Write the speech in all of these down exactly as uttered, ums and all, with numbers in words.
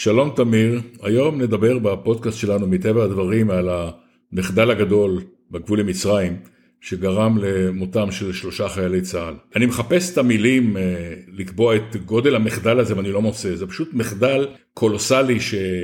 שלום תמיר, היום נדבר בפודקאסט שלנו מטבע הדברים על המחדל הגדול בגבול למצרים שגרם למותם של שלושה חיילי צה"ל. אני מחפש את המילים לקבוע את גודל המחדל הזה ואני לא מוצא, זה פשוט מחדל קולוסלי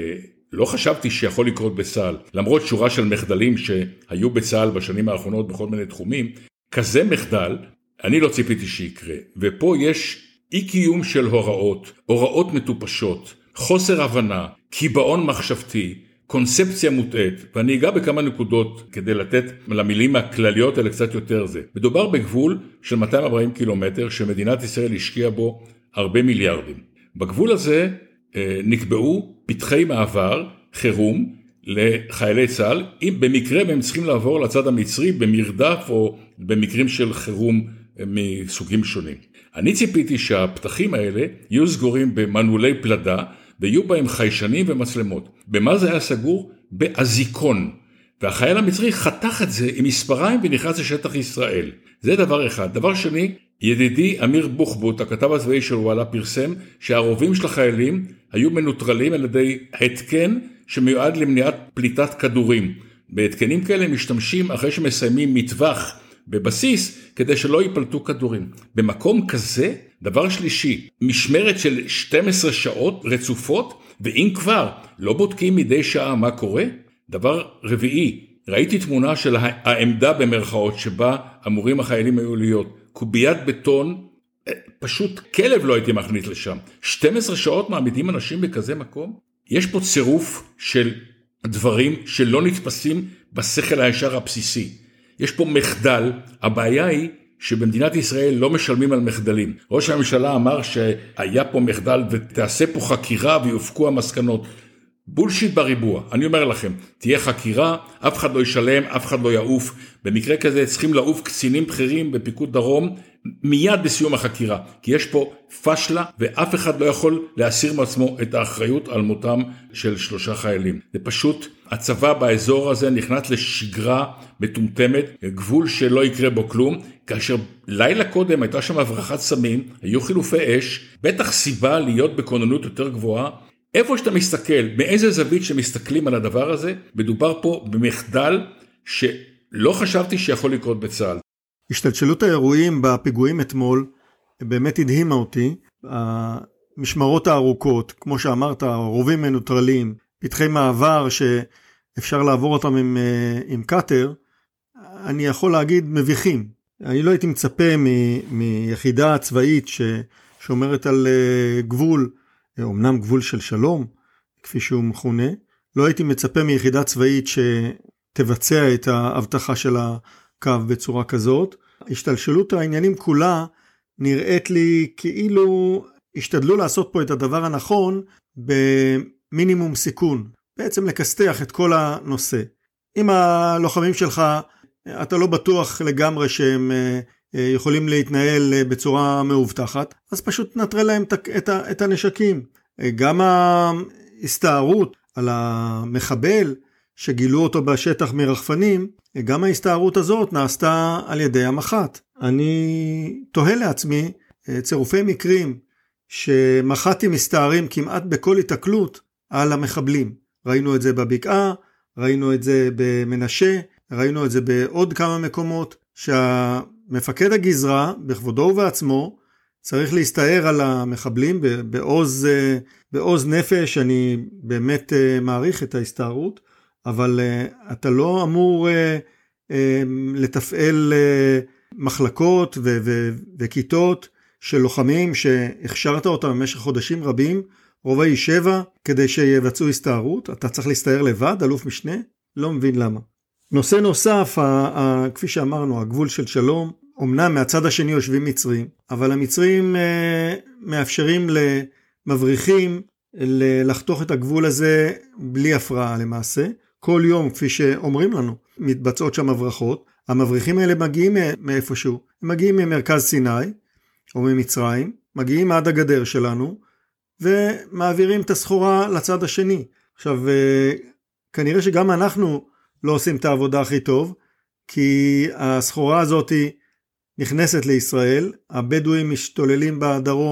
שלא חשבתי שיכול לקרות בצה"ל. למרות שורה של מחדלים שהיו בצה"ל בשנים האחרונות בכל מיני תחומים, כזה מחדל אני לא ציפיתי שיקרה. ופה יש אי קיום של הוראות, הוראות מטופשות, חוסר הבנה, קיבעון מחשבתי, קונספציה מוטעת, ואני אגע בכמה נקודות כדי לתת למילים הכלליות האלה קצת יותר זה. מדובר בגבול של מאתיים וארבעים קילומטר שמדינת ישראל השקיעה בו הרבה מיליארדים. בגבול הזה אה, נקבעו פתחי מעבר, חירום, לחיילי צה"ל, אם במקרה הם צריכים לעבור לצד המצרי במרדף או במקרים של חירום מסוגים שונים. אני ציפיתי שהפתחים האלה יהיו סגורים במנעולי פלדה, ויהיו בהם חיישנים ומצלמות. במה זה היה סגור? באזיקון. והחייל המצרי חתך את זה עם מספריים ונכנס לשטח ישראל. זה דבר אחד. דבר שני, ידידי אמיר בוחבוט, הכתב הצבאי של וואלה, פרסם שהרובים של החיילים היו מנוטרלים על ידי התקן שמיועד למניעת פליטת כדורים. בהתקנים כאלה משתמשים אחרי שמסיימים מטווח בבסיס כדי שלא ייפלטו כדורים. במקום כזה, דבר שלישי, משמרת של שתים עשרה שעות רצופות, ואם כבר לא בודקים מדי שעה מה קורה. דבר רביעי, ראיתי תמונה של העמדה במרכאות שבה אמורים החיילים היו להיות. קוביית בטון, פשוט כלב לא הייתי מכניס לשם. שתים עשרה שעות מעמידים אנשים בכזה מקום. יש פה צירוף של דברים שלא נתפסים בשכל הישר הבסיסי. יש פה מחדל, הבעיה היא שבמדינת ישראל לא משלמים על מחדלים. ראש הממשלה אמר שהיה פה מחדל ותעשה פה חקירה ויופקו המסקנות. בולשיט בריבוע. אני אומר לכם, תהיה חקירה, אף אחד לא ישלם, אף אחד לא יעוף. במקרה כזה צריכים לעוף קצינים בכירים בפיקוד דרום מיד בסיום החקירה. כי יש פה פשלה ואף אחד לא יכול להסיר מעצמו את האחריות על מותם של שלושה חיילים. זה פשוט, הצבא באזור הזה נכנס לשגרה מטומטמת, גבול שלא יקרה בו כלום, כאשר לילה קודם הייתה שם הברחת סמים, היו חילופי אש, בטח סיבה להיות בכוננות יותר גבוהה. איפה שאתה מסתכל, באיזה זווית שמסתכלים על הדבר הזה, מדובר פה במחדל שלא חשבתי שיכול לקרות בצה"ל. השתלשלות האירועים בפיגועים אתמול באמת הדהימה אותי. המשמרות הארוכות, כמו שאמרת, רובים מנוטרלים, פתחי מעבר שאפשר לעבור אותם עם, עם קאטר, אני יכול להגיד מביכים. אני לא הייתי מצפה מ, מיחידה צבאית ששומרת על גבול, אמנם גבול של שלום, כפי שהוא מכונה, לא הייתי מצפה מיחידה צבאית שתבצע את ההבטחה של הקו בצורה כזאת. השתלשלות העניינים כולה נראית לי כאילו השתדלו לעשות פה את הדבר הנכון במינימום סיכון, בעצם לקסתח את כל הנושא. אם הלוחמים שלך, אתה לא בטוח לגמרי שהם יכולים להתנהל בצורה מאובטחת, אז פשוט נטרל להם את הנשקים. גם ההסתערות על המחבל שגילו אותו בשטח מרחפנים, גם ההסתערות הזאת נעשתה על ידי המח"ט. אני תוהה לעצמי צירופי מקרים שמח"טים מסתערים כמעט בכל התקלות על המחבלים. ראינו את זה בבקעה, ראינו את זה במנשה, ראינו את זה בעוד כמה מקומות, שהמפקד הגזרה בכבודו ובעצמו צריך להסתער על המחבלים בעוז, בעוז נפש. אני באמת מעריך את ההסתערות, אבל אתה לא אמור לתפעל מחלקות ו- ו- וכיתות של לוחמים שהכשרת אותם במשך חודשים רבים, רובעי שבע, כדי שיבצעו הסתערות. אתה צריך להסתער לבד, אלוף משנה? לא מבין למה. נושא נוסף, ה- ה- כפי שאמרנו, הגבול של שלום, אמנם מהצד השני יושבים מצרים, אבל המצרים אה, מאפשרים למבריחים לחתוך את הגבול הזה בלי הפרעה למעשה. כל יום, כפי שאומרים לנו, מתבצעות שם מברכות. המבריחים האלה מגיעים מאיפשהו, הם מגיעים ממרכז סיני או ממצרים, מגיעים עד הגדר שלנו ומעבירים את הסחורה לצד השני. עכשיו, כנראה שגם אנחנו לא עושים את העבודה הכי טוב, כי הסחורה הזאת נכנסת לישראל, הבדואים משתוללים בדרום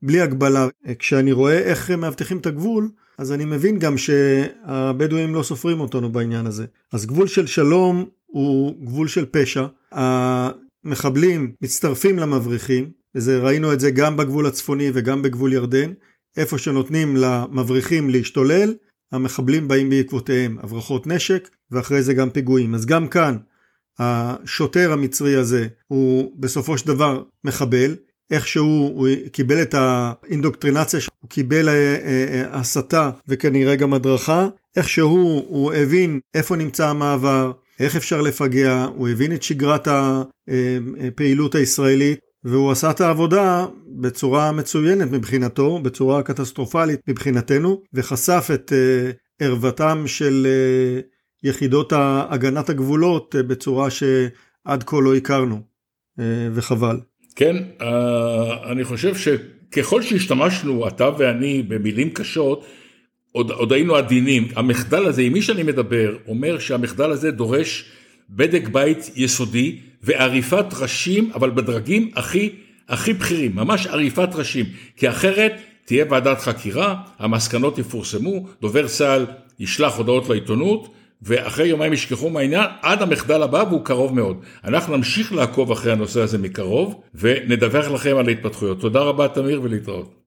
בלי הגבלה. כשאני רואה איך מאבטחים את הגבול, אז אני מבין גם שהבדואים לא סופרים אותנו בעניין הזה. אז גבול של שלום הוא גבול של פשע. המחבלים מצטרפים למבריחים, וזה, ראינו את זה גם בגבול הצפוני וגם בגבול ירדן. איפה שנותנים למבריחים להשתולל, המחבלים באים בעקבותיהם, הברחות נשק, ואחרי זה גם פיגועים. אז גם כאן, השוטר המצרי הזה, הוא בסופו של דבר מחבל, איכשהו הוא קיבל את האינדוקטרינציה, הוא קיבל הסתה וכנראה גם הדרכה, איכשהו הוא הבין איפה נמצא המעבר, איך אפשר לפגע, הוא הבין את שגרת הפעילות הישראלית, והוא עשה את העבודה בצורה מצוינת מבחינתו, בצורה קטסטרופלית מבחינתנו, וחשף את ערוותם של יחידות הגנת הגבולות בצורה שעד כה לא הכרנו, וחבל. כן, אני חושב שככל שהשתמשנו, אתה ואני, במילים קשות, עוד, עוד היינו עדינים. המחדל הזה, עם מי שאני מדבר, אומר שהמחדל הזה דורש בדק בית יסודי, ועריפת ראשים, אבל בדרגים הכי, הכי בכירים, ממש עריפת ראשים, כי אחרת תהיה ועדת חקירה, המסקנות יפורסמו, דובר צה"ל ישלח הודעות לעיתונות, ואחרי יומיים ישכחו מהעניין, עד המחדל הבא, והוא קרוב מאוד. אנחנו נמשיך לעקוב אחרי הנושא הזה מקרוב, ונדווח לכם על ההתפתחויות. תודה רבה, תמיר, ולהתראות.